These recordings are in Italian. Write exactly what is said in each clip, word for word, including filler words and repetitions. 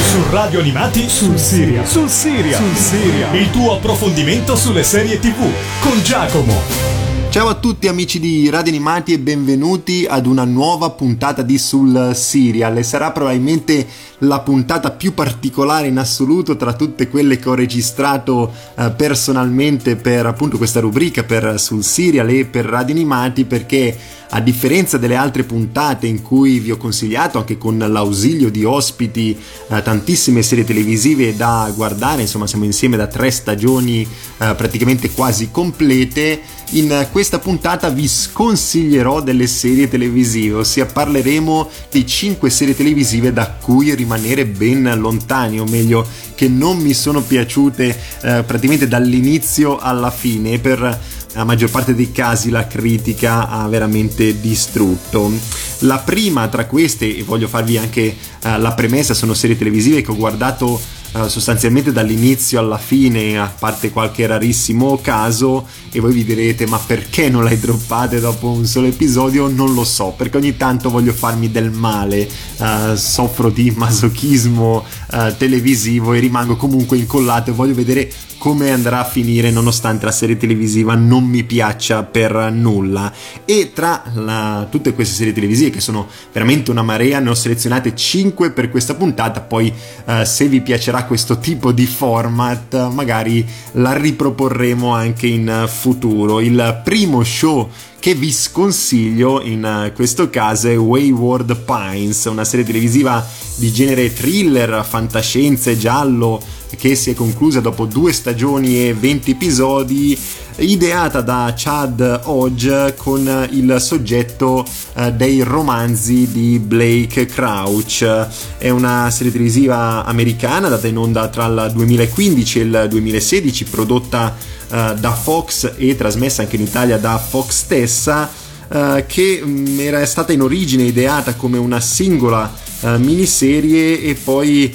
Su Radio Animati sul Siria. Sul Siria. Sul Siria. Il tuo approfondimento sulle serie tivù con Giacomo. Ciao a tutti amici di Radio Animati e benvenuti ad una nuova puntata di Sul Serial. E sarà probabilmente la puntata più particolare in assoluto tra tutte quelle che ho registrato eh, personalmente per appunto questa rubrica per Sul Serial e per Radio Animati, perché a differenza delle altre puntate in cui vi ho consigliato, anche con l'ausilio di ospiti, eh, tantissime serie televisive da guardare, insomma siamo insieme da tre stagioni eh, praticamente quasi complete, in questa puntata vi sconsiglierò delle serie televisive, ossia parleremo di cinque serie televisive da cui rimanere ben lontani, o meglio che non mi sono piaciute eh, praticamente dall'inizio alla fine, e per la maggior parte dei casi la critica ha veramente distrutto. La prima tra queste, e voglio farvi anche uh, la premessa, sono serie televisive che ho guardato uh, sostanzialmente dall'inizio alla fine, a parte qualche rarissimo caso, e voi vi direte ma perché non l'hai droppate dopo un solo episodio? Non lo so, perché ogni tanto voglio farmi del male, uh, soffro di masochismo uh, televisivo e rimango comunque incollato e voglio vedere come andrà a finire, nonostante la serie televisiva non mi piaccia per nulla. E tra la, tutte queste serie televisive, che sono veramente una marea, ne ho selezionate cinque per questa puntata. Poi uh, se vi piacerà questo tipo di format magari la riproporremo anche in futuro. Il primo show che vi sconsiglio in questo caso è Wayward Pines, una serie televisiva di genere thriller, fantascienza e giallo, che si è conclusa dopo due stagioni e venti episodi, ideata da Chad Hodge con il soggetto uh, dei romanzi di Blake Crouch. È una serie televisiva americana data in onda tra il duemilaquindici e il duemilasedici, prodotta uh, da Fox e trasmessa anche in Italia da Fox stessa, uh, che um, era stata in origine ideata come una singola uh, miniserie e poi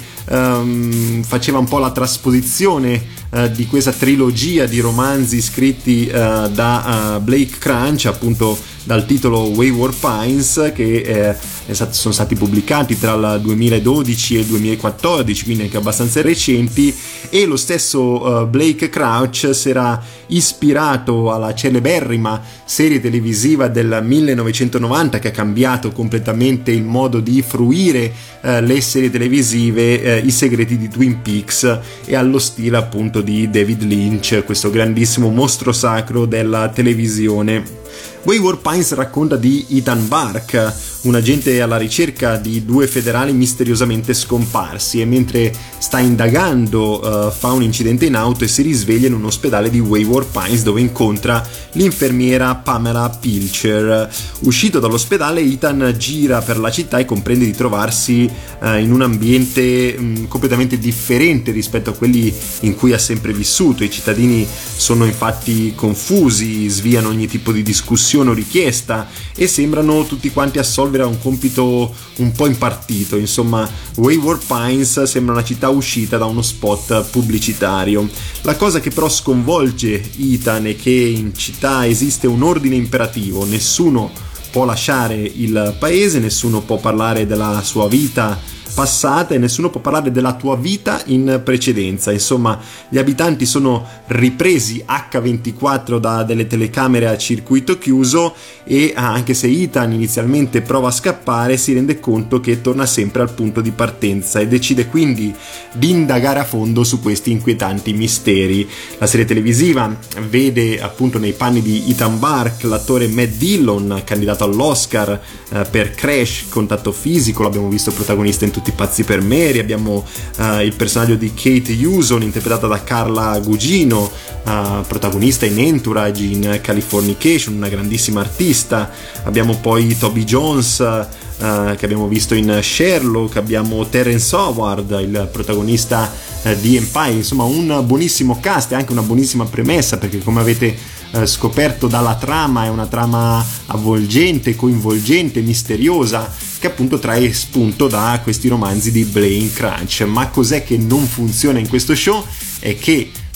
um, faceva un po' la trasposizione Uh, di questa trilogia di romanzi scritti uh, da uh, Blake Crouch, appunto dal titolo Wayward Pines, che eh, è stato, sono stati pubblicati tra il duemiladodici e il duemilaquattordici, quindi anche abbastanza recenti. E lo stesso uh, Blake Crouch si era ispirato alla celeberrima serie televisiva del millenovecentonovanta che ha cambiato completamente il modo di fruire uh, le serie televisive, uh, I segreti di Twin Peaks, e allo stile appunto di David Lynch, questo grandissimo mostro sacro della televisione. Wayward Pines racconta di Ethan Burke, un agente alla ricerca di due federali misteriosamente scomparsi, e mentre sta indagando uh, fa un incidente in auto e si risveglia in un ospedale di Wayward Pines, dove incontra l'infermiera Pamela Pilcher. Uscito dall'ospedale, Ethan gira per la città e comprende di trovarsi uh, in un ambiente um, completamente differente rispetto a quelli in cui ha sempre vissuto. I cittadini sono infatti confusi, sviano ogni tipo di discussione o richiesta e sembrano tutti quanti assolvere a un compito un po' impartito. Insomma, Wayward Pines sembra una città uscita da uno spot pubblicitario. La cosa che però sconvolge Ethan è che in città esiste un ordine imperativo: nessuno può lasciare il paese, nessuno può parlare della sua vita passata e nessuno può parlare della tua vita in precedenza. Insomma, gli abitanti sono ripresi acca ventiquattro da delle telecamere a circuito chiuso, e anche se Ethan inizialmente prova a scappare, si rende conto che torna sempre al punto di partenza e decide quindi di indagare a fondo su questi inquietanti misteri. La serie televisiva vede appunto nei panni di Ethan Burke l'attore Matt Dillon, candidato all'Oscar eh, per Crash, Contatto fisico, l'abbiamo visto protagonista in tutti i pazzi per Mary. Abbiamo uh, il personaggio di Kate Hudson interpretata da Carla Gugino, uh, protagonista in Entourage, in Californication, una grandissima artista. Abbiamo poi Toby Jones, uh, che abbiamo visto in Sherlock. Abbiamo Terrence Howard, il protagonista uh, di Empire. Insomma, un buonissimo cast e anche una buonissima premessa, perché come avete scoperto dalla trama è una trama avvolgente, coinvolgente, misteriosa, che appunto trae spunto da questi romanzi di Blake Crouch. Ma cos'è che non funziona in questo show? È che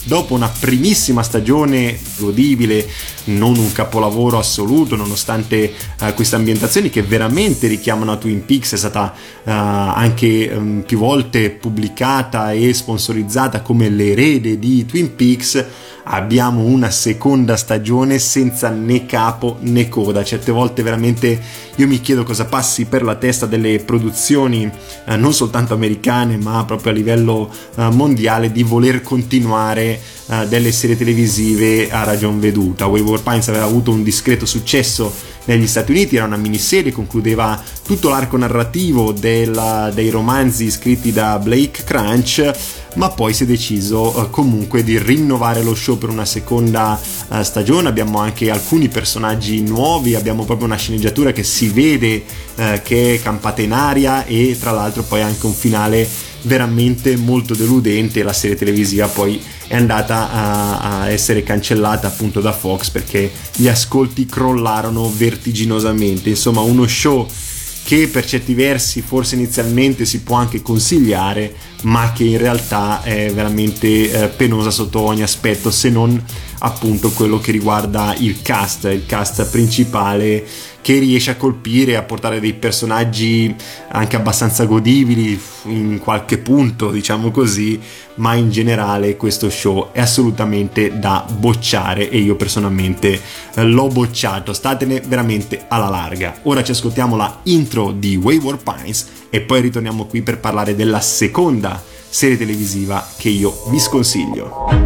dopo una primissima stagione godibile, non un capolavoro assoluto, nonostante uh, queste ambientazioni che veramente richiamano a Twin Peaks, è stata uh, anche um, più volte pubblicata e sponsorizzata come l'erede di Twin Peaks. Abbiamo una seconda stagione senza né capo né coda. Certe volte veramente io mi chiedo cosa passi per la testa delle produzioni eh, non soltanto americane ma proprio a livello eh, mondiale, di voler continuare eh, delle serie televisive a ragion veduta. Wayward Pines aveva avuto un discreto successo negli Stati Uniti, era una miniserie, concludeva tutto l'arco narrativo della, dei romanzi scritti da Blake Crouch, ma poi si è deciso uh, comunque di rinnovare lo show per una seconda uh, stagione. Abbiamo anche alcuni personaggi nuovi, abbiamo proprio una sceneggiatura che si vede uh, che è campata in aria, e tra l'altro poi anche un finale veramente molto deludente. La serie televisiva poi è andata a, a essere cancellata appunto da Fox perché gli ascolti crollarono vertiginosamente. Insomma, uno show che per certi versi forse inizialmente si può anche consigliare, ma che in realtà è veramente eh, penosa sotto ogni aspetto, se non appunto quello che riguarda il cast, il cast principale, che riesce a colpire, a portare dei personaggi anche abbastanza godibili in qualche punto, diciamo così, ma in generale questo show è assolutamente da bocciare, e io personalmente eh, l'ho bocciato. Statene veramente alla larga. Ora ci ascoltiamo la intro di Wayward Pines e poi ritorniamo qui per parlare della seconda serie televisiva che io vi sconsiglio.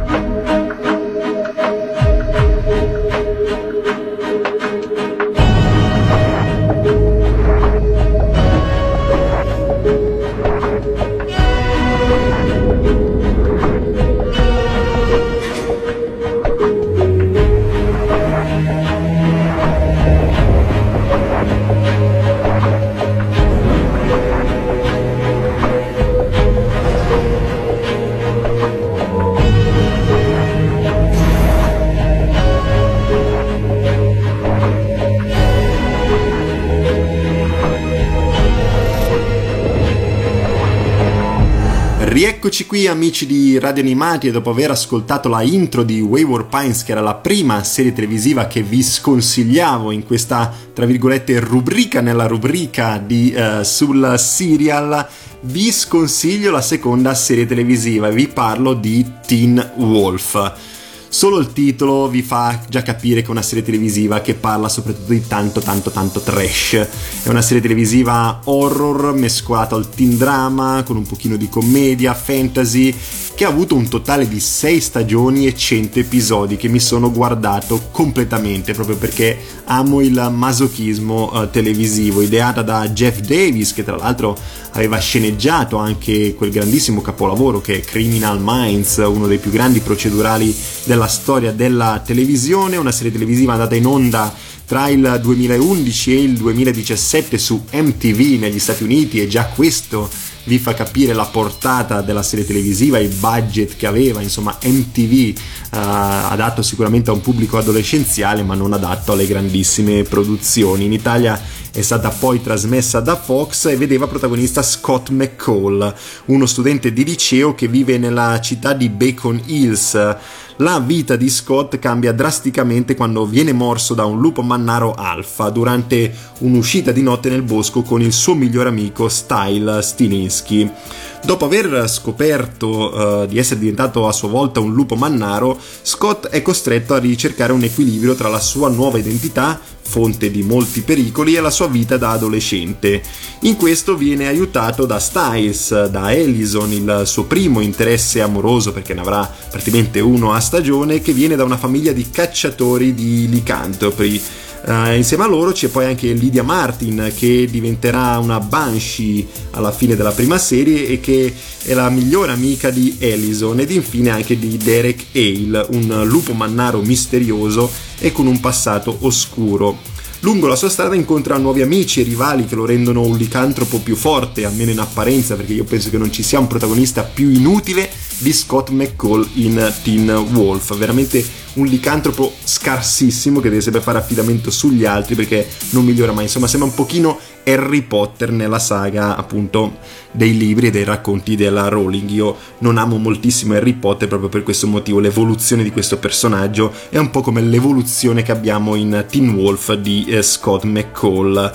Rieccoci qui amici di Radio Animati, e dopo aver ascoltato la intro di Wayward Pines, che era la prima serie televisiva che vi sconsigliavo in questa tra virgolette rubrica nella rubrica di uh, sul serial, vi sconsiglio la seconda serie televisiva e vi parlo di Teen Wolf. Solo il titolo vi fa già capire che è una serie televisiva che parla soprattutto di tanto tanto tanto trash. È una serie televisiva horror mescolato al teen drama con un pochino di commedia, fantasy, che ha avuto un totale di sei stagioni e cento episodi che mi sono guardato completamente, proprio perché amo il masochismo uh, televisivo. Ideata da Jeff Davis, che tra l'altro aveva sceneggiato anche quel grandissimo capolavoro che è Criminal Minds, uno dei più grandi procedurali della storia della televisione. Una serie televisiva andata in onda tra il duemilaundici e il duemiladiciassette su M T V negli Stati Uniti, e già questo vi fa capire la portata della serie televisiva, il budget che aveva. Insomma, M T V uh, adatto sicuramente a un pubblico adolescenziale, ma non adatto alle grandissime produzioni. In Italia è stata poi trasmessa da Fox e vedeva protagonista Scott McCall, uno studente di liceo che vive nella città di Bacon Hills. La vita di Scott cambia drasticamente quando viene morso da un lupo mannaro alfa durante un'uscita di notte nel bosco con il suo migliore amico Style Stilinski. Dopo aver scoperto uh, di essere diventato a sua volta un lupo mannaro, Scott è costretto a ricercare un equilibrio tra la sua nuova identità, fonte di molti pericoli, e la sua vita da adolescente. In questo viene aiutato da Styles, da Allison, il suo primo interesse amoroso, perché ne avrà praticamente uno a stagione, che viene da una famiglia di cacciatori di licantropi. Uh, insieme a loro c'è poi anche Lydia Martin, che diventerà una Banshee alla fine della prima serie e che è la migliore amica di Allison, ed infine anche di Derek Hale, un lupo mannaro misterioso e con un passato oscuro. Lungo la sua strada incontra nuovi amici e rivali che lo rendono un licantropo più forte, almeno in apparenza, perché io penso che non ci sia un protagonista più inutile di Scott McCall in Teen Wolf. Veramente un licantropo scarsissimo che deve sempre fare affidamento sugli altri perché non migliora mai. Insomma, sembra un pochino Harry Potter nella saga appunto dei libri e dei racconti della Rowling. Io non amo moltissimo Harry Potter proprio per questo motivo. L'evoluzione di questo personaggio è un po' come l'evoluzione che abbiamo in Teen Wolf di eh, Scott McCall.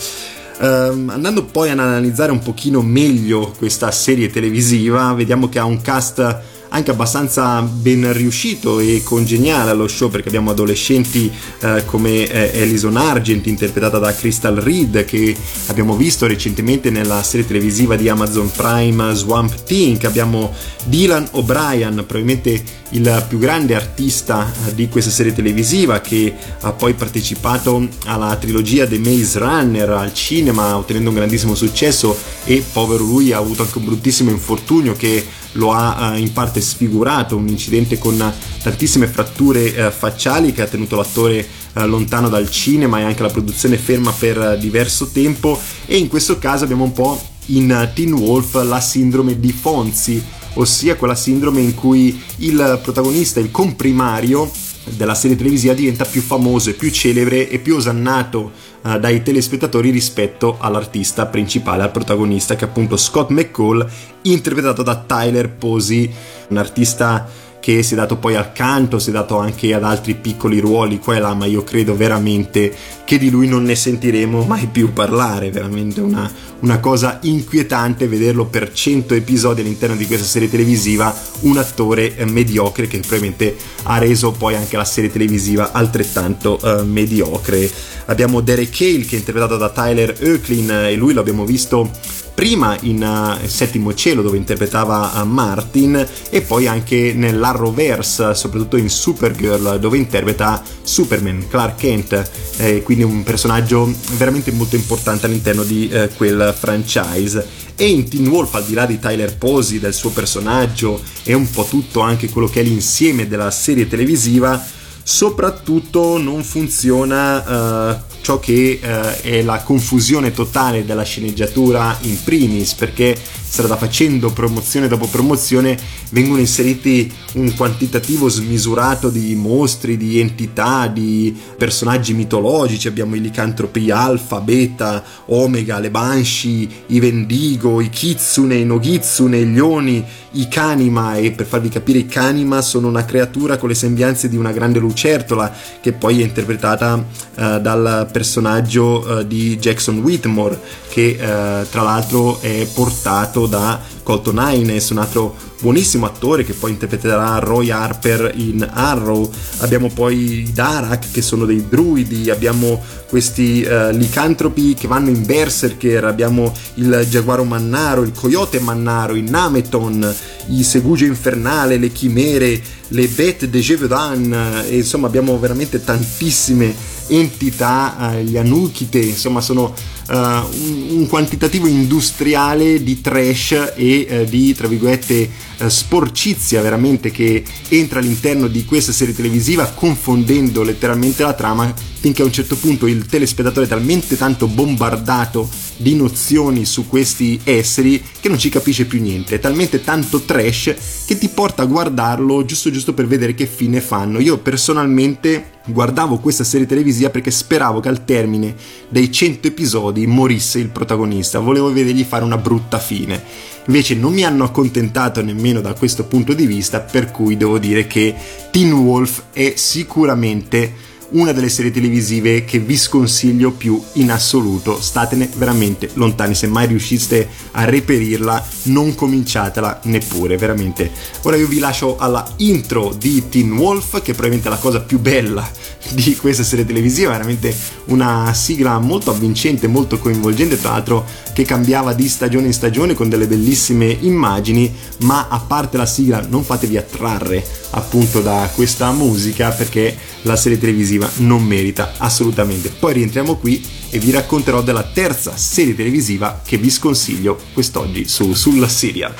Um, andando poi ad analizzare un pochino meglio questa serie televisiva, vediamo che ha un cast anche abbastanza ben riuscito e congeniale allo show, perché abbiamo adolescenti eh, come eh, Alison Argent, interpretata da Crystal Reed, che abbiamo visto recentemente nella serie televisiva di Amazon Prime Swamp Thing. Abbiamo Dylan O'Brien, probabilmente il più grande artista di questa serie televisiva, che ha poi partecipato alla trilogia The Maze Runner al cinema, ottenendo un grandissimo successo, e povero lui ha avuto anche un bruttissimo infortunio che lo ha eh, in parte sfigurato, un incidente con tantissime fratture eh, facciali che ha tenuto l'attore eh, lontano dal cinema e anche la produzione ferma per eh, diverso tempo. E in questo caso abbiamo un po' in Teen Wolf la sindrome di Fonzie, ossia quella sindrome in cui il protagonista, il comprimario della serie televisiva, diventa più famoso e più celebre e più osannato uh, dai telespettatori rispetto all'artista principale, al protagonista, che è appunto Scott McCall, interpretato da Tyler Posey, un artista che si è dato poi al canto, si è dato anche ad altri piccoli ruoli qua e là, ma io credo veramente che di lui non ne sentiremo mai più parlare. Veramente una, una cosa inquietante vederlo per cento episodi all'interno di questa serie televisiva, un attore eh, mediocre che probabilmente ha reso poi anche la serie televisiva altrettanto eh, mediocre. Abbiamo Derek Hale, che è interpretato da Tyler Hoechlin, e lui l'abbiamo visto prima in uh, Settimo Cielo, dove interpretava uh, Martin, e poi anche nell'Arrowverse, soprattutto in Supergirl, dove interpreta Superman, Clark Kent, eh, quindi un personaggio veramente molto importante all'interno di uh, quel franchise. E in Teen Wolf, al di là di Tyler Posey, del suo personaggio e un po' tutto anche quello che è l'insieme della serie televisiva, soprattutto non funziona uh, ciò che uh, è la confusione totale della sceneggiatura in primis, perché strada facendo promozione dopo promozione vengono inseriti un quantitativo smisurato di mostri, di entità, di personaggi mitologici. Abbiamo i licantropi Alpha, Beta, Omega, le Banshee, i Vendigo, i Kitsune, i Nogitsune, gli Oni, i Kanima. E per farvi capire, i Kanima sono una creatura con le sembianze di una grande lucertola, che poi è interpretata uh, dal personaggio uh, di Jackson Whitmore, che uh, tra l'altro è portato da Colton Haynes, un altro buonissimo attore che poi interpreterà Roy Harper in Arrow. Abbiamo poi i Darak, che sono dei druidi, abbiamo questi uh, licantropi che vanno in Berserker, abbiamo il Giaguaro Mannaro, il Coyote Mannaro, il Nameton, i Segugio Infernale, le Chimere, le Bête de Gévaudan, e insomma abbiamo veramente tantissime entità, uh, gli Anukite. Insomma sono uh, un, un quantitativo industriale di trash e uh, di, tra virgolette, uh, sporcizia veramente, che entra all'interno di questa serie televisiva, confondendo letteralmente la trama, finché a un certo punto il telespettatore è talmente tanto bombardato di nozioni su questi esseri che non ci capisce più niente. È talmente tanto trash che ti porta a guardarlo giusto giusto per vedere che fine fanno. Io personalmente guardavo questa serie televisiva perché speravo che al termine dei cento episodi morisse il protagonista, volevo vedergli fare una brutta fine. Invece non mi hanno accontentato nemmeno da questo punto di vista, per cui devo dire che Teen Wolf è sicuramente una delle serie televisive che vi sconsiglio più in assoluto. Statene veramente lontani, se mai riusciste a reperirla non cominciatela neppure, veramente. Ora io vi lascio alla intro di Teen Wolf, che è probabilmente la cosa più bella di questa serie televisiva, veramente una sigla molto avvincente, molto coinvolgente, tra l'altro che cambiava di stagione in stagione con delle bellissime immagini. Ma a parte la sigla, non fatevi attrarre appunto da questa musica, perché la serie televisiva non merita assolutamente. Poi rientriamo qui e vi racconterò della terza serie televisiva che vi sconsiglio quest'oggi su Sulla Serial.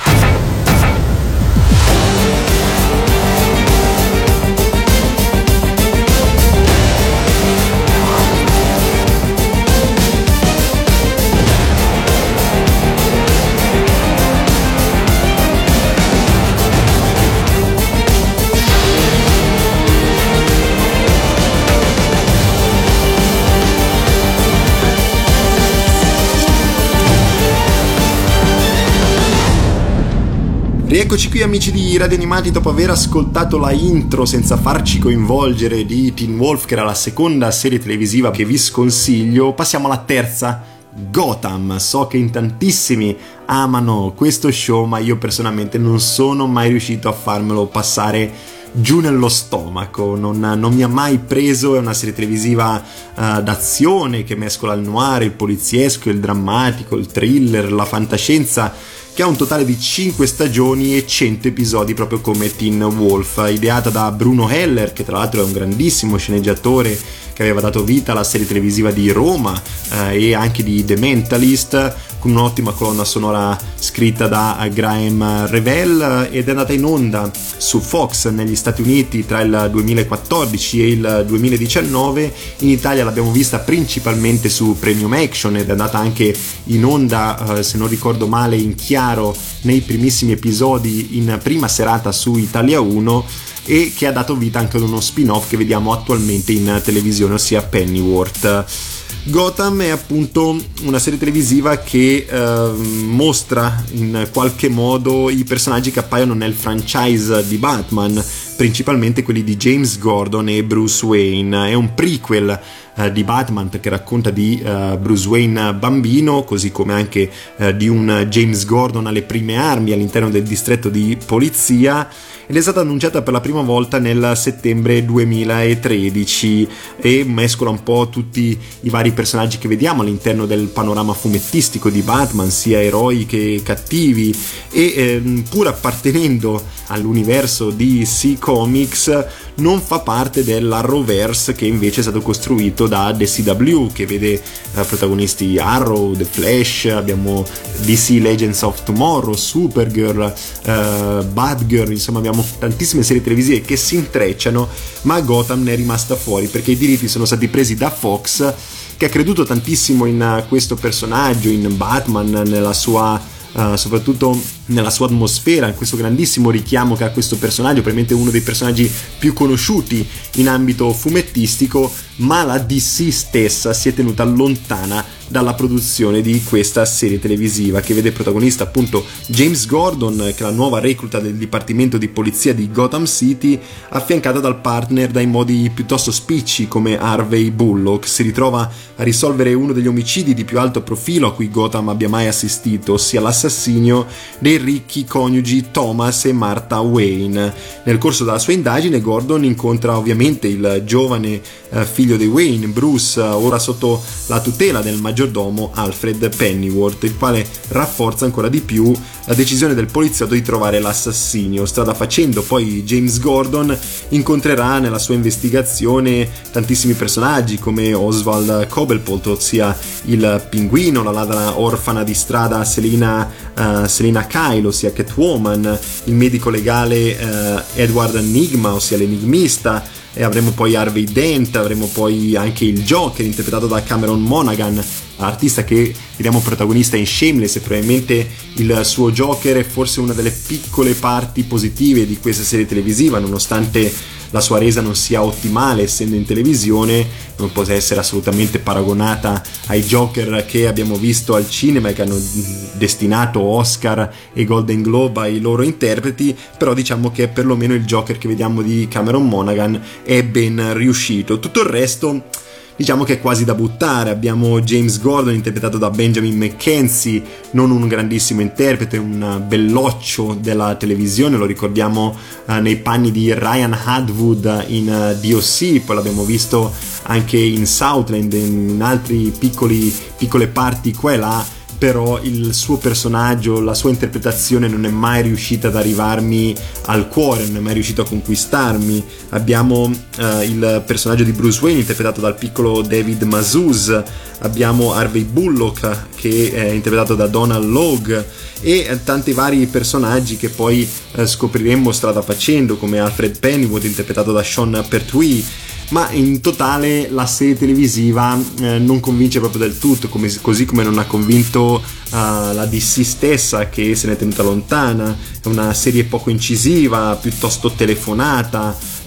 Rieccoci qui amici di Radio Animati, dopo aver ascoltato la intro senza farci coinvolgere di Teen Wolf, che era la seconda serie televisiva che vi sconsiglio, passiamo alla terza, Gotham. So che in tantissimi amano questo show, ma io personalmente non sono mai riuscito a farmelo passare giù nello stomaco, non, non mi ha mai preso. È una serie televisiva uh, d'azione che mescola il noir, il poliziesco, il drammatico, il thriller, la fantascienza, che ha un totale di cinque stagioni e cento episodi, proprio come Teen Wolf, ideata da Bruno Heller, che tra l'altro è un grandissimo sceneggiatore che aveva dato vita alla serie televisiva di Roma eh, e anche di The Mentalist, con un'ottima colonna sonora scritta da Graham Revel, ed è andata in onda su Fox negli Stati Uniti tra il duemilaquattordici e il duemiladiciannove. In Italia l'abbiamo vista principalmente su Premium Action ed è andata anche in onda, eh, se non ricordo male, in chiaro nei primissimi episodi in prima serata su Italia uno, e che ha dato vita anche ad uno spin-off che vediamo attualmente in televisione, ossia Pennyworth. Gotham è appunto una serie televisiva che eh, mostra in qualche modo i personaggi che appaiono nel franchise di Batman, principalmente quelli di James Gordon e Bruce Wayne. È un prequel eh, di Batman perché racconta di eh, Bruce Wayne bambino, così come anche eh, di un James Gordon alle prime armi all'interno del distretto di polizia, ed è stata annunciata per la prima volta nel settembre duemilatredici e mescola un po' tutti i vari personaggi che vediamo all'interno del panorama fumettistico di Batman, sia eroi che cattivi, e eh, pur appartenendo all'universo di D C Comics non fa parte dell'Arrowverse, che invece è stato costruito da The C W, che vede eh, protagonisti Arrow, The Flash, abbiamo D C Legends of Tomorrow, Supergirl, eh, Batgirl, insomma abbiamo tantissime serie televisive che si intrecciano, ma Gotham ne è rimasta fuori perché i diritti sono stati presi da Fox, che ha creduto tantissimo in questo personaggio, in Batman, nella sua Uh, soprattutto nella sua atmosfera, in questo grandissimo richiamo che ha questo personaggio, probabilmente uno dei personaggi più conosciuti in ambito fumettistico, ma la D C stessa si è tenuta lontana dalla produzione di questa serie televisiva, che vede protagonista appunto James Gordon, che è la nuova recluta del dipartimento di polizia di Gotham City, affiancata dal partner dai modi piuttosto spicci come Harvey Bullock. Si ritrova a risolvere uno degli omicidi di più alto profilo a cui Gotham abbia mai assistito, ossia l'assassinio dei ricchi coniugi Thomas e Martha Wayne. Nel corso della sua indagine Gordon incontra ovviamente il giovane eh, figlio dei Wayne, Bruce, ora sotto la tutela del maggiordomo Alfred Pennyworth, il quale rafforza ancora di più la decisione del poliziotto di trovare l'assassinio. Strada facendo poi James Gordon incontrerà nella sua investigazione tantissimi personaggi come Oswald Cobblepot, ossia il pinguino, la ladra orfana di strada Selina, uh, Selina Kyle, ossia Catwoman, il medico legale uh, Edward Enigma, ossia l'enigmista, e avremo poi Harvey Dent, avremo poi anche il Joker interpretato da Cameron Monaghan, artista che vediamo protagonista in Shameless, e probabilmente il suo Joker è forse una delle piccole parti positive di questa serie televisiva, nonostante la sua resa non sia ottimale essendo in televisione, non può essere assolutamente paragonata ai Joker che abbiamo visto al cinema e che hanno destinato Oscar e Golden Globe ai loro interpreti, però diciamo che perlomeno il Joker che vediamo di Cameron Monaghan è ben riuscito. Tutto il resto diciamo che è quasi da buttare. Abbiamo James Gordon interpretato da Benjamin McKenzie, non un grandissimo interprete, un belloccio della televisione, lo ricordiamo uh, nei panni di Ryan Hadwood in uh, D O C, poi l'abbiamo visto anche in Southland, in altri piccoli piccole parti qua e là, però il suo personaggio, la sua interpretazione non è mai riuscita ad arrivarmi al cuore, non è mai riuscito a conquistarmi. Abbiamo uh, il personaggio di Bruce Wayne interpretato dal piccolo David Mazouz, abbiamo Harvey Bullock che è interpretato da Donald Logue, e eh, tanti vari personaggi che poi eh, scopriremo strada facendo, come Alfred Pennyworth interpretato da Sean Pertwee. Ma in totale la serie televisiva eh, non convince proprio del tutto, come, così come non ha convinto uh, la D C stessa, che se ne è tenuta lontana. È una serie poco incisiva, piuttosto telefonata,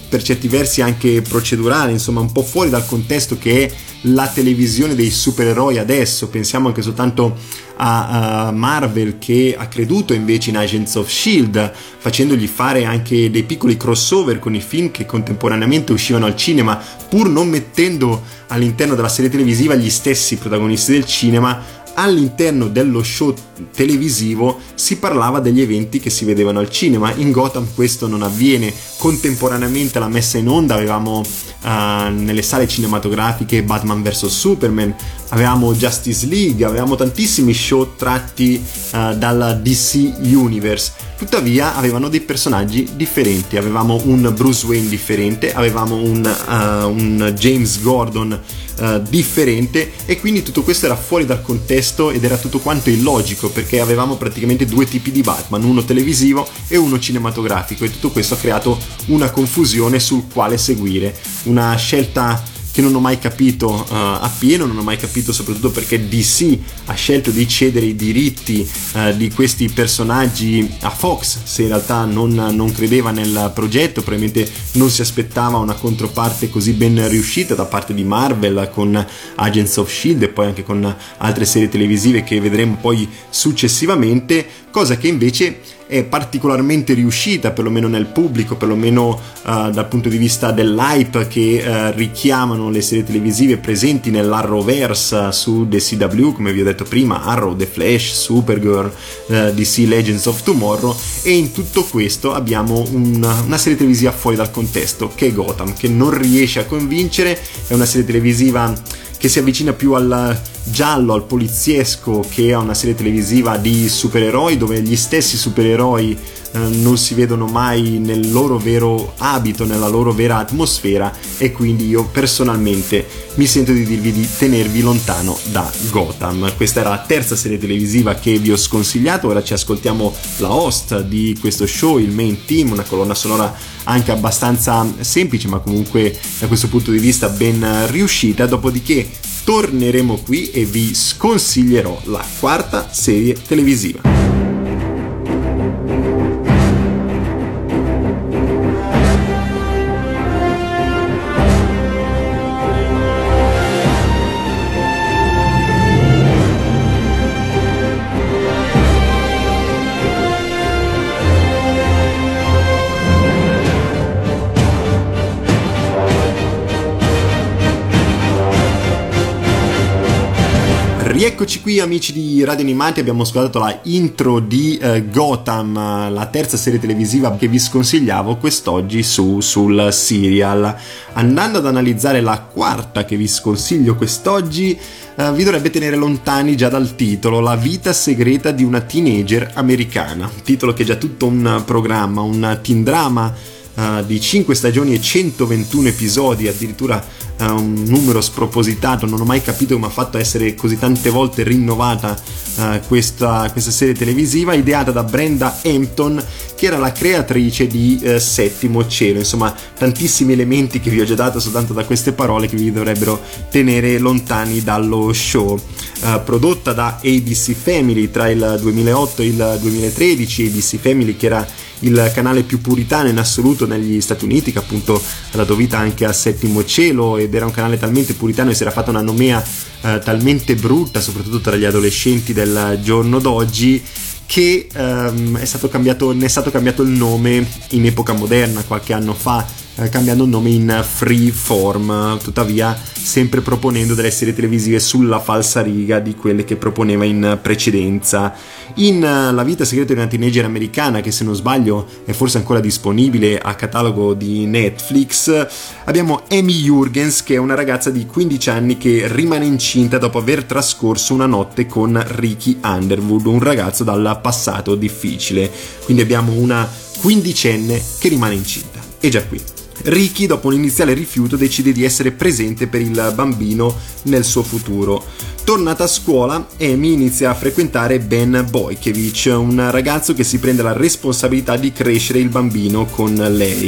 per certi versi anche procedurale, insomma un po' fuori dal contesto che è la televisione dei supereroi adesso. Pensiamo anche soltanto a, a Marvel, che ha creduto invece in Agents of Shield, facendogli fare anche dei piccoli crossover con i film che contemporaneamente uscivano al cinema, pur non mettendo all'interno della serie televisiva gli stessi protagonisti del cinema. All'interno dello show televisivo si parlava degli eventi che si vedevano al cinema. In Gotham questo non avviene. Contemporaneamente alla messa in onda avevamo uh, nelle sale cinematografiche Batman versus Superman, avevamo Justice League, avevamo tantissimi show tratti uh, dalla D C Universe. Tuttavia avevano dei personaggi differenti, avevamo un Bruce Wayne differente, avevamo un, uh, un James Gordon uh, differente, e quindi tutto questo era fuori dal contesto ed era tutto quanto illogico, perché avevamo praticamente due tipi di Batman, uno televisivo e uno cinematografico, e tutto questo ha creato una confusione sul quale seguire, una scelta che non ho mai capito uh, appieno, non ho mai capito soprattutto perché D C ha scelto di cedere i diritti uh, di questi personaggi a Fox, se in realtà non, non credeva nel progetto, probabilmente non si aspettava una controparte così ben riuscita da parte di Marvel con Agents of Shield e poi anche con altre serie televisive che vedremo poi successivamente, cosa che invece è particolarmente riuscita, perlomeno nel pubblico, perlomeno uh, dal punto di vista dell'hype che uh, richiamano le serie televisive presenti nell'Arrowverse uh, su The C W, come vi ho detto prima, Arrow, The Flash, Supergirl, uh, D C Legends of Tomorrow. E in tutto questo abbiamo una, una serie televisiva fuori dal contesto, che è Gotham, che non riesce a convincere. È una serie televisiva che si avvicina più al giallo, al poliziesco, che a una serie televisiva di supereroi, dove gli stessi supereroi eh, non si vedono mai nel loro vero abito, nella loro vera atmosfera, e quindi io personalmente mi sento di dirvi di tenervi lontano da Gotham. Questa era la terza serie televisiva che vi ho sconsigliato. Ora ci ascoltiamo la host di questo show, il main team, una colonna sonora anche abbastanza semplice ma comunque da questo punto di vista ben riuscita, dopodiché torneremo qui e vi sconsiglierò la quarta serie televisiva. Rieccoci qui amici di Radio Animati, abbiamo ascoltato la intro di uh, Gotham, la terza serie televisiva che vi sconsigliavo quest'oggi su, sul serial. Andando ad analizzare la quarta che vi sconsiglio quest'oggi, uh, vi dovrebbe tenere lontani già dal titolo, La vita segreta di una teenager americana, titolo che è già tutto un programma, un teen drama Uh, di cinque stagioni e centoventuno episodi, addirittura uh, un numero spropositato. Non ho mai capito come ha fatto a essere così tante volte rinnovata uh, questa, questa serie televisiva, ideata da Brenda Hampton, che era la creatrice di uh, Settimo Cielo. Insomma, tantissimi elementi che vi ho già dato soltanto da queste parole che vi dovrebbero tenere lontani dallo show. Uh, prodotta da A B C Family tra il duemilaotto e il duemilatredici, A B C Family che era il canale più puritano in assoluto negli Stati Uniti, che appunto ha dato vita anche a Settimo Cielo, ed era un canale talmente puritano e si era fatta una nomea eh, talmente brutta, soprattutto tra gli adolescenti del giorno d'oggi, che ehm, è stato cambiato, ne è stato cambiato il nome in epoca moderna, qualche anno fa, eh, cambiando il nome in Freeform, tuttavia sempre proponendo delle serie televisive sulla falsariga di quelle che proponeva in precedenza. In uh, La vita segreta di una teenager americana, che se non sbaglio è forse ancora disponibile a catalogo di Netflix, abbiamo Amy Jurgens, che è una ragazza di quindici anni che rimane incinta dopo aver trascorso una notte con Ricky Underwood, un ragazzo dal passato difficile. Quindi abbiamo una quindicenne che rimane incinta. E già qui Ricky, dopo un iniziale rifiuto, decide di essere presente per il bambino nel suo futuro. Tornata a scuola, Amy inizia a frequentare Ben Boykiewicz, un ragazzo che si prende la responsabilità di crescere il bambino con lei.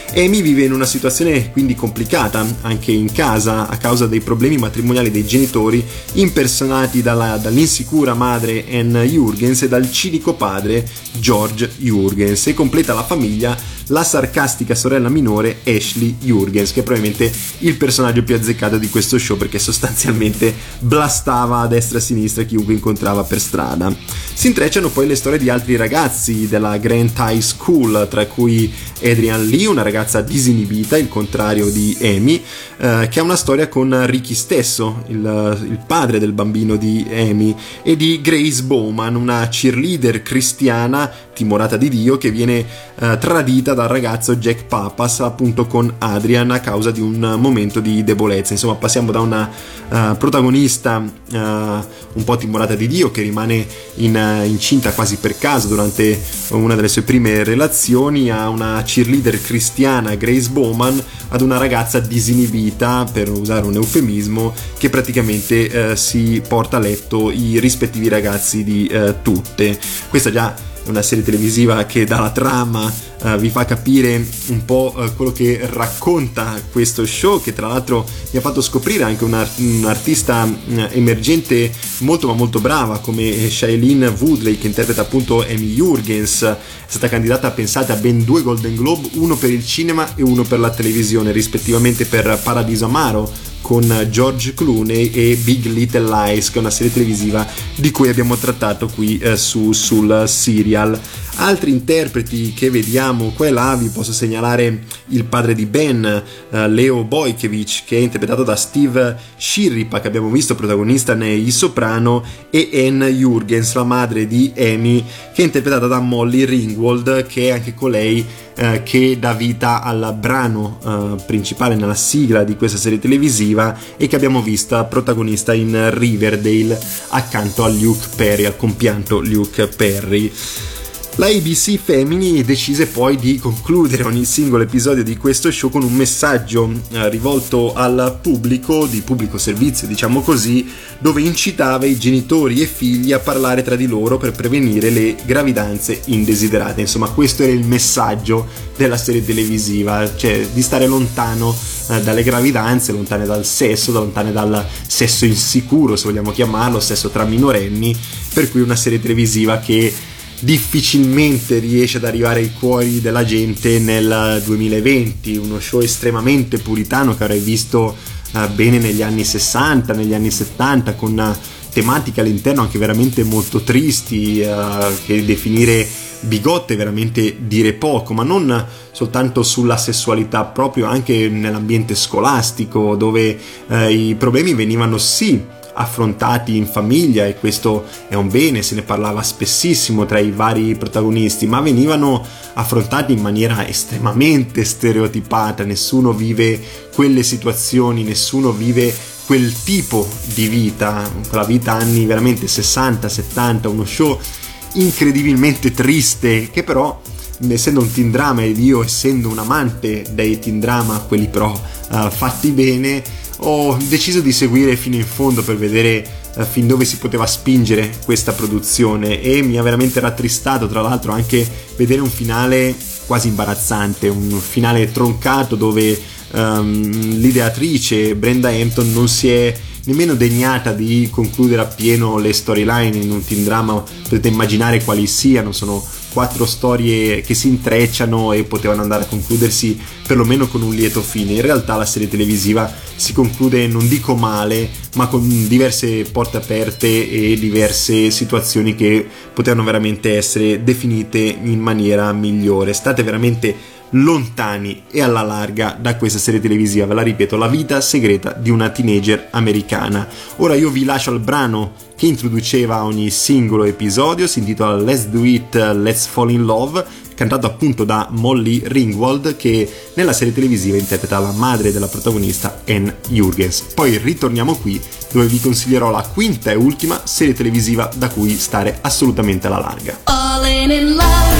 Amy vive in una situazione quindi complicata anche in casa a causa dei problemi matrimoniali dei genitori, impersonati dalla, dall'insicura madre Anne Jurgens e dal cinico padre George Jurgens, e completa la famiglia la sarcastica sorella minore Ashley Jurgens, che è probabilmente il personaggio più azzeccato di questo show, perché sostanzialmente blastava a destra e a sinistra chiunque incontrava per strada. Si intrecciano poi le storie di altri ragazzi della Grant High School, tra cui Adrian Lee, una ragazza disinibita, il contrario di Amy, eh, che ha una storia con Ricky stesso, il, il padre del bambino di Amy, e di Grace Bowman, una cheerleader cristiana timorata di Dio che viene eh, tradita dal ragazzo Jack Pappas, appunto con Adrian, a causa di un momento di debolezza. Insomma, passiamo da una uh, protagonista uh, un po' timorata di Dio, che rimane in, uh, incinta quasi per caso durante una delle sue prime relazioni, a una cheerleader cristiana, Grace Bowman, ad una ragazza disinibita, per usare un eufemismo, che praticamente uh, si porta a letto i rispettivi ragazzi di uh, tutte. Questa già una serie televisiva che dalla trama uh, vi fa capire un po' uh, quello che racconta questo show, che tra l'altro mi ha fatto scoprire anche un, art- un artista uh, emergente molto ma molto brava come Shailene Woodley, che interpreta appunto Amy Jurgens. È stata candidata, pensate, a ben due Golden Globe, uno per il cinema e uno per la televisione, rispettivamente per Paradiso Amaro con George Clooney e Big Little Lies, che è una serie televisiva di cui abbiamo trattato qui eh, su, sul serial. Altri interpreti che vediamo qua e là, vi posso segnalare il padre di Ben, eh, Leo Bojkevich, che è interpretato da Steve Schirripa, che abbiamo visto protagonista nei Soprano, e Anne Jurgens, la madre di Amy, che è interpretata da Molly Ringwald, che è anche colei eh, che dà vita al brano eh, principale nella sigla di questa serie televisiva, e che abbiamo vista protagonista in Riverdale accanto a Luke Perry, al compianto Luke Perry. La A B C Family decise poi di concludere ogni singolo episodio di questo show con un messaggio eh, rivolto al pubblico, di pubblico servizio diciamo così, dove incitava i genitori e figli a parlare tra di loro per prevenire le gravidanze indesiderate. Insomma, questo era il messaggio della serie televisiva, cioè di stare lontano eh, dalle gravidanze, lontane dal sesso, lontane dal sesso insicuro, se vogliamo chiamarlo, sesso tra minorenni, per cui una serie televisiva che difficilmente riesce ad arrivare ai cuori della gente nel duemilaventi, uno show estremamente puritano che avrei visto uh, bene negli anni sessanta, negli anni settanta, con uh, tematiche all'interno anche veramente molto tristi, uh, che definire bigotte veramente dire poco, ma non soltanto sulla sessualità, proprio anche nell'ambiente scolastico, dove uh, i problemi venivano sì affrontati in famiglia, e questo è un bene, se ne parlava spessissimo tra i vari protagonisti, ma venivano affrontati in maniera estremamente stereotipata. Nessuno vive quelle situazioni, nessuno vive quel tipo di vita, quella vita anni veramente sessanta settanta, uno show incredibilmente triste, che però, essendo un teen drama, ed io essendo un amante dei teen drama, quelli però uh, fatti bene, ho deciso di seguire fino in fondo per vedere uh, fin dove si poteva spingere questa produzione, e mi ha veramente rattristato tra l'altro anche vedere un finale quasi imbarazzante, un finale troncato dove um, l'ideatrice Brenda Hampton non si è nemmeno degnata di concludere appieno le storyline. In un teen drama potete immaginare quali siano, sono quattro storie che si intrecciano e potevano andare a concludersi perlomeno con un lieto fine. In realtà la serie televisiva si conclude, non dico male, ma con diverse porte aperte e diverse situazioni che potevano veramente essere definite in maniera migliore. State veramente lontani e alla larga da questa serie televisiva, ve la ripeto, la vita segreta di una teenager americana. Ora io vi lascio al brano che introduceva ogni singolo episodio, si intitola Let's Do It, Let's Fall in Love, cantato appunto da Molly Ringwald, che nella serie televisiva interpreta la madre della protagonista Anne Jurgens. Poi ritorniamo qui dove vi consiglierò la quinta e ultima serie televisiva da cui stare assolutamente alla larga. All in in love.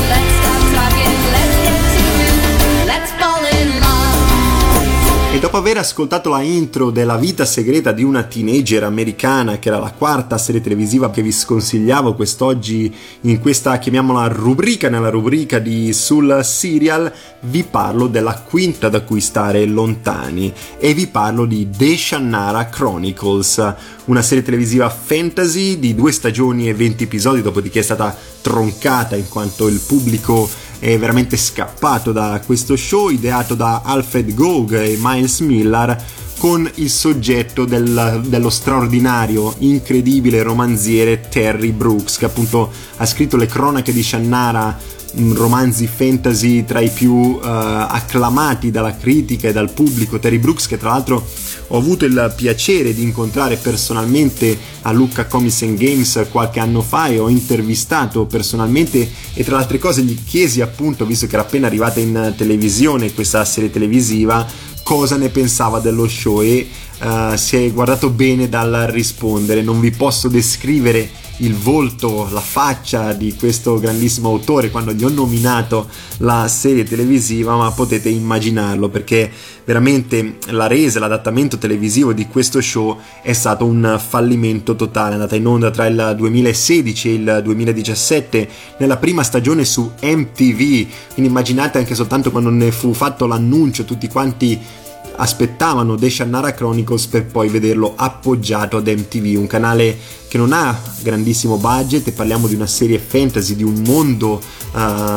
E dopo aver aver ascoltato la intro della vita segreta di una teenager americana, che era la quarta serie televisiva che vi sconsigliavo quest'oggi in questa, chiamiamola, rubrica, nella rubrica di Sul Serial, vi parlo della quinta da cui stare lontani e vi parlo di The Shannara Chronicles, una serie televisiva fantasy di due stagioni e venti episodi, dopodiché è stata troncata in quanto il pubblico è veramente scappato da questo show, ideato da Alfred Gough e Miles Millar, con il soggetto del, dello straordinario, incredibile romanziere Terry Brooks, che appunto ha scritto le cronache di Shannara, romanzi fantasy tra i più uh, acclamati dalla critica e dal pubblico. Terry Brooks, che tra l'altro ho avuto il piacere di incontrare personalmente a Lucca Comics and Games qualche anno fa e ho intervistato personalmente, e tra le altre cose gli chiesi appunto, visto che era appena arrivata in televisione questa serie televisiva, cosa ne pensava dello show, e uh, si è guardato bene dal rispondere. Non vi posso descrivere il volto, la faccia di questo grandissimo autore quando gli ho nominato la serie televisiva, ma potete immaginarlo, perché veramente la resa, l'adattamento televisivo di questo show è stato un fallimento totale. È andata in onda tra il duemilasedici e il duemiladiciassette, nella prima stagione su M T V, quindi immaginate anche soltanto quando ne fu fatto l'annuncio, tutti quanti aspettavano The Shannara Chronicles per poi vederlo appoggiato ad M T V, un canale che non ha grandissimo budget, e parliamo di una serie fantasy, di un mondo uh,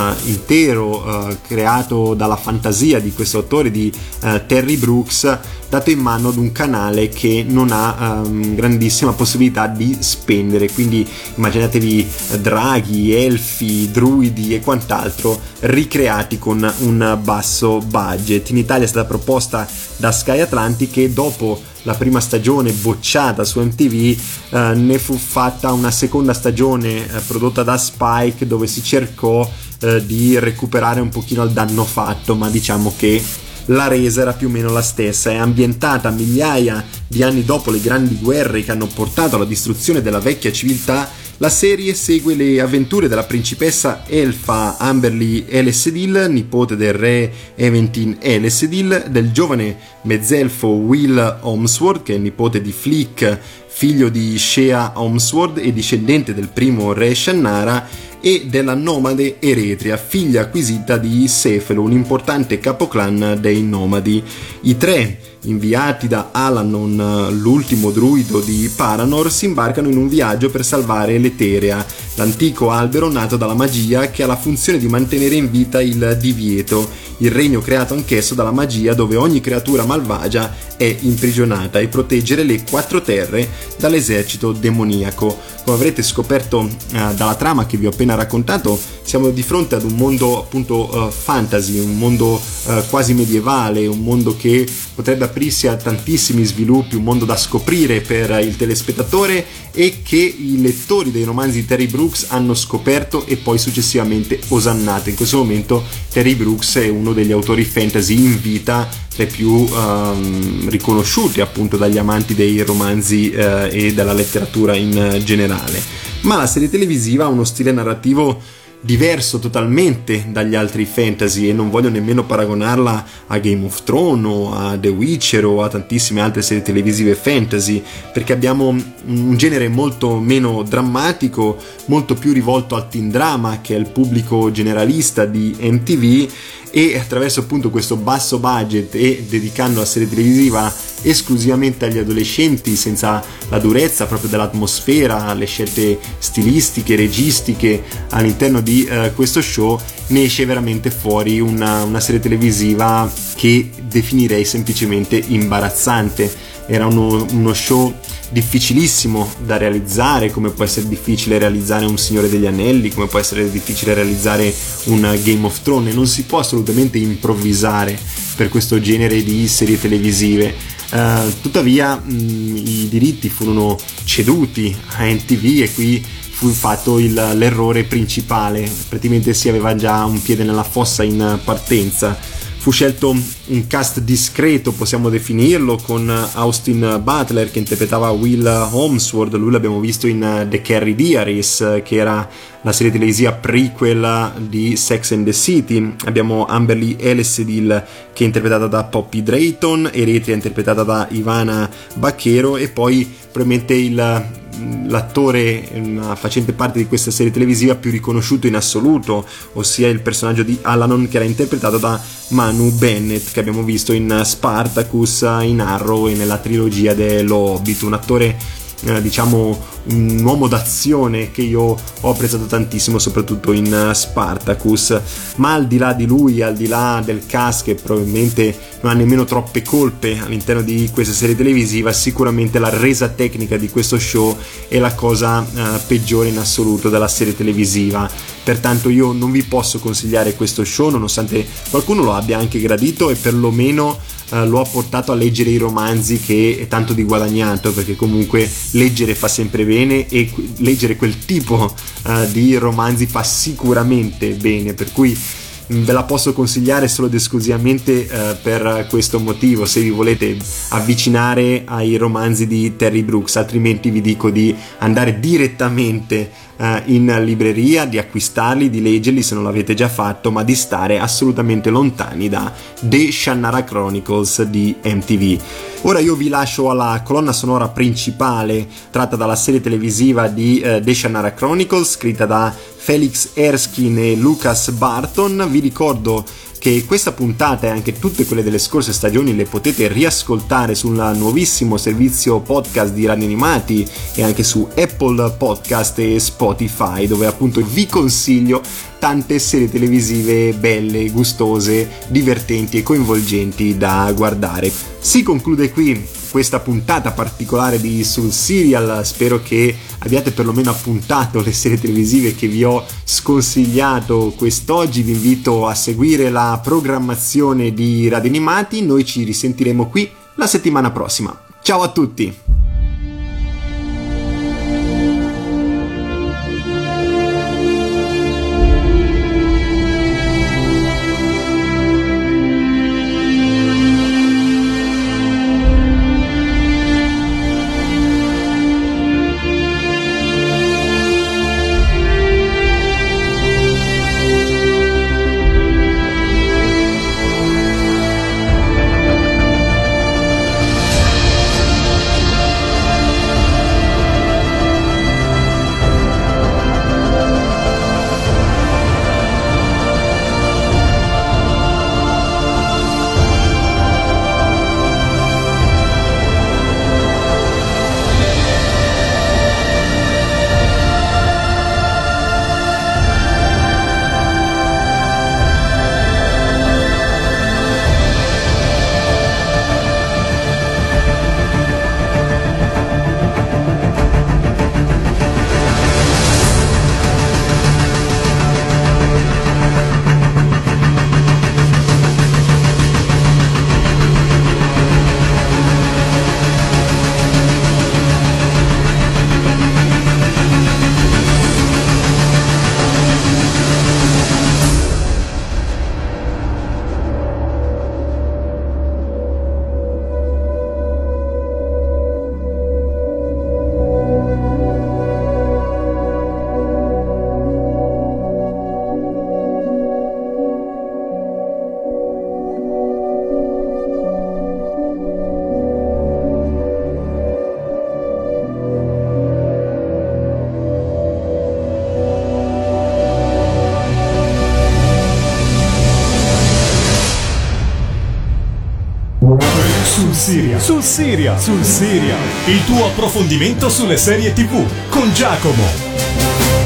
intero uh, creato dalla fantasia di questo autore, di uh, Terry Brooks, dato in mano ad un canale che non ha um, grandissima possibilità di spendere. Quindi immaginatevi draghi, elfi, druidi e quant'altro ricreati con un basso budget. In Italia è stata proposta da Sky Atlantic e dopo la prima stagione bocciata su M T V eh, ne fu fatta una seconda stagione eh, prodotta da Spike, dove si cercò eh, di recuperare un pochino il danno fatto, ma diciamo che la resa era più o meno la stessa. È ambientata migliaia di anni dopo le grandi guerre che hanno portato alla distruzione della vecchia civiltà. La serie segue le avventure della principessa elfa Amberly Elesedil, nipote del re Eventin Elesedil, del giovane mezzelfo Will Omsword, che è nipote di Flick, figlio di Shea Omsword e discendente del primo re Shannara, e della nomade Eretria, figlia acquisita di Sefelo, un importante capoclan dei nomadi. I tre, inviati da Alanon, l'ultimo druido di Paranor, si imbarcano in un viaggio per salvare l'Eterea, l'antico albero nato dalla magia che ha la funzione di mantenere in vita il divieto, il regno creato anch'esso dalla magia dove ogni creatura malvagia è imprigionata, e proteggere le quattro terre dall'esercito demoniaco. Come avrete scoperto uh, dalla trama che vi ho appena raccontato, siamo di fronte ad un mondo appunto uh, fantasy, un mondo uh, quasi medievale, un mondo che potrebbe aprirsi a tantissimi sviluppi, un mondo da scoprire per il telespettatore, e che i lettori dei romanzi di Terry Brooks hanno scoperto e poi successivamente osannato. In questo momento Terry Brooks è uno degli autori fantasy in vita tra i più um, riconosciuti appunto dagli amanti dei romanzi uh, e della letteratura in generale. Ma la serie televisiva ha uno stile narrativo diverso totalmente dagli altri fantasy, e non voglio nemmeno paragonarla a Game of Thrones o a The Witcher o a tantissime altre serie televisive fantasy, perché abbiamo un genere molto meno drammatico, molto più rivolto al teen drama, che è il pubblico generalista di M T V, e attraverso appunto questo basso budget e dedicando la serie televisiva esclusivamente agli adolescenti, senza la durezza proprio dell'atmosfera, le scelte stilistiche, registiche all'interno di uh, questo show, ne esce veramente fuori una, una serie televisiva che definirei semplicemente imbarazzante. Era uno, uno show difficilissimo da realizzare, come può essere difficile realizzare un Signore degli Anelli, come può essere difficile realizzare un Game of Thrones, e non si può assolutamente improvvisare per questo genere di serie televisive. Uh, tuttavia mh, i diritti furono ceduti a M T V, e qui fu fatto il, l'errore principale. Praticamente si aveva già un piede nella fossa in partenza. fu scelto un cast discreto, possiamo definirlo, con Austin Butler che interpretava Will Holmesworth. Lui l'abbiamo visto in The Carrie Diaries, che era la serie televisiva prequel di Sex and the City. Abbiamo Amberly Ellisdil che è interpretata da Poppy Drayton, Eretria interpretata da Ivana Bacchero, e poi probabilmente il l'attore facente parte di questa serie televisiva più riconosciuto in assoluto, ossia il personaggio di Alanon, che era interpretato da Manu Bennett, che abbiamo visto in Spartacus, in Arrow e nella trilogia dello Hobbit. Un attore eh, diciamo un uomo d'azione che io ho apprezzato tantissimo, soprattutto in Spartacus. Ma al di là di lui, al di là del cast che probabilmente non ha nemmeno troppe colpe all'interno di questa serie televisiva, sicuramente la resa tecnica di questo show è la cosa eh, peggiore in assoluto della serie televisiva. Pertanto io non vi posso consigliare questo show, nonostante qualcuno lo abbia anche gradito e perlomeno Uh, lo ha portato a leggere i romanzi, che è tanto di guadagnato, perché comunque leggere fa sempre bene, e que- leggere quel tipo uh, di romanzi fa sicuramente bene, per cui ve la posso consigliare solo ed esclusivamente uh, per questo motivo, se vi volete avvicinare ai romanzi di Terry Brooks. Altrimenti vi dico di andare direttamente uh, in libreria, di acquistarli, di leggerli se non l'avete già fatto, ma di stare assolutamente lontani da The Shannara Chronicles di M T V. Ora io vi lascio alla colonna sonora principale tratta dalla serie televisiva di uh, The Shannara Chronicles, scritta da Felix Erskine e Lucas Barton. Vi ricordo che questa puntata e anche tutte quelle delle scorse stagioni le potete riascoltare sul nuovissimo servizio podcast di Radio Animati e anche su Apple Podcast e Spotify, dove appunto vi consiglio tante serie televisive belle, gustose, divertenti e coinvolgenti da guardare. Si conclude qui questa puntata particolare di Sul Serial. Spero che abbiate perlomeno appuntato le serie televisive che vi ho sconsigliato quest'oggi. Vi invito a seguire la programmazione di Radio Animati. Noi ci risentiremo qui la settimana prossima. Ciao a tutti! Sul Serial, sul Serial, sul Serial, il tuo approfondimento sulle serie tivù con Giacomo.